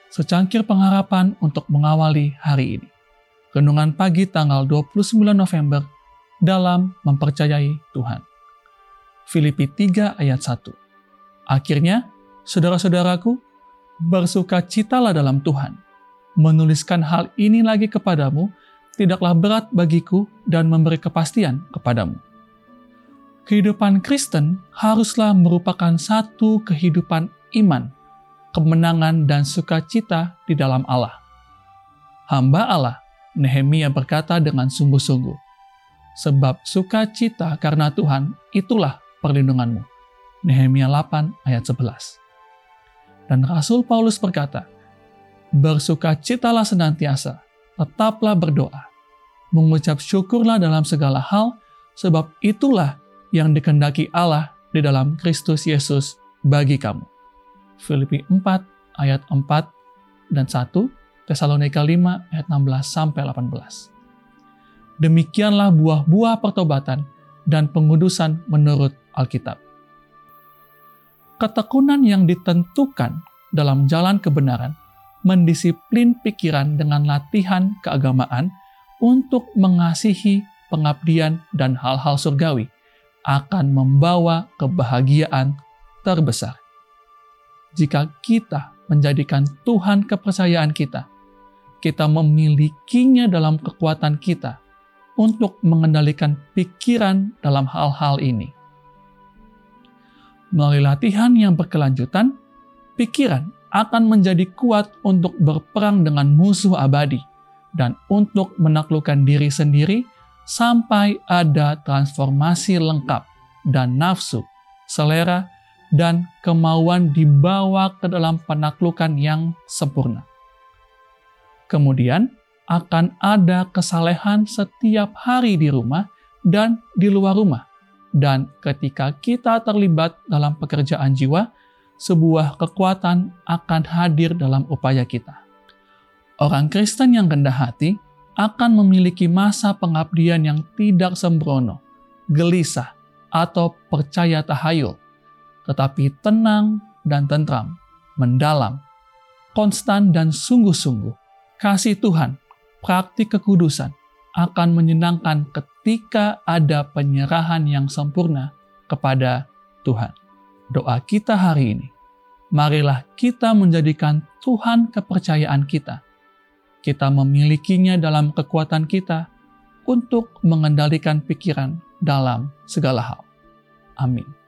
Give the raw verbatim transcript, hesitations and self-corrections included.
secangkir pengharapan untuk mengawali hari ini. Renungan pagi tanggal dua puluh sembilan November dalam mempercayai Tuhan. Filipi tiga ayat satu. Akhirnya, saudara-saudaraku, bersukacitalah dalam Tuhan. Menuliskan hal ini lagi kepadamu tidaklah berat bagiku dan memberi kepastian kepadamu. Kehidupan Kristen haruslah merupakan satu kehidupan iman, kemenangan dan sukacita di dalam Allah. Hamba Allah, Nehemia berkata dengan sungguh-sungguh, sebab sukacita karena Tuhan itulah perlindunganmu. Nehemia delapan ayat sebelas. Dan Rasul Paulus berkata, bersukacitalah senantiasa, tetaplah berdoa, mengucap syukurlah dalam segala hal, sebab itulah yang dikehendaki Allah di dalam Kristus Yesus bagi kamu. Filipi empat ayat empat dan satu, Tesalonika lima ayat enam belas sampai delapan belas. Demikianlah buah-buah pertobatan dan pengudusan menurut Alkitab. Ketekunan yang ditentukan dalam jalan kebenaran mendisiplin pikiran dengan latihan keagamaan untuk mengasihi pengabdian dan hal-hal surgawi akan membawa kebahagiaan terbesar. Jika kita menjadikan Tuhan kepercayaan kita, kita memilikinya dalam kekuatan kita untuk mengendalikan pikiran dalam hal-hal ini. Melalui latihan yang berkelanjutan, pikiran akan menjadi kuat untuk berperang dengan musuh abadi dan untuk menaklukkan diri sendiri sampai ada transformasi lengkap dan nafsu, selera, dan kemauan dibawa ke dalam penaklukan yang sempurna. Kemudian akan ada kesalehan setiap hari di rumah dan di luar rumah. Dan ketika kita terlibat dalam pekerjaan jiwa, sebuah kekuatan akan hadir dalam upaya kita. Orang Kristen yang rendah hati akan memiliki masa pengabdian yang tidak sembrono, gelisah, atau percaya tahayul, tetapi tenang dan tentram, mendalam, konstan dan sungguh-sungguh. Kasih Tuhan, praktik kekudusan, akan menyenangkan ketika ada penyerahan yang sempurna kepada Tuhan. Doa kita hari ini, marilah kita menjadikan Tuhan kepercayaan kita. Kita memilikinya dalam kekuatan kita untuk mengendalikan pikiran dalam segala hal. Amin.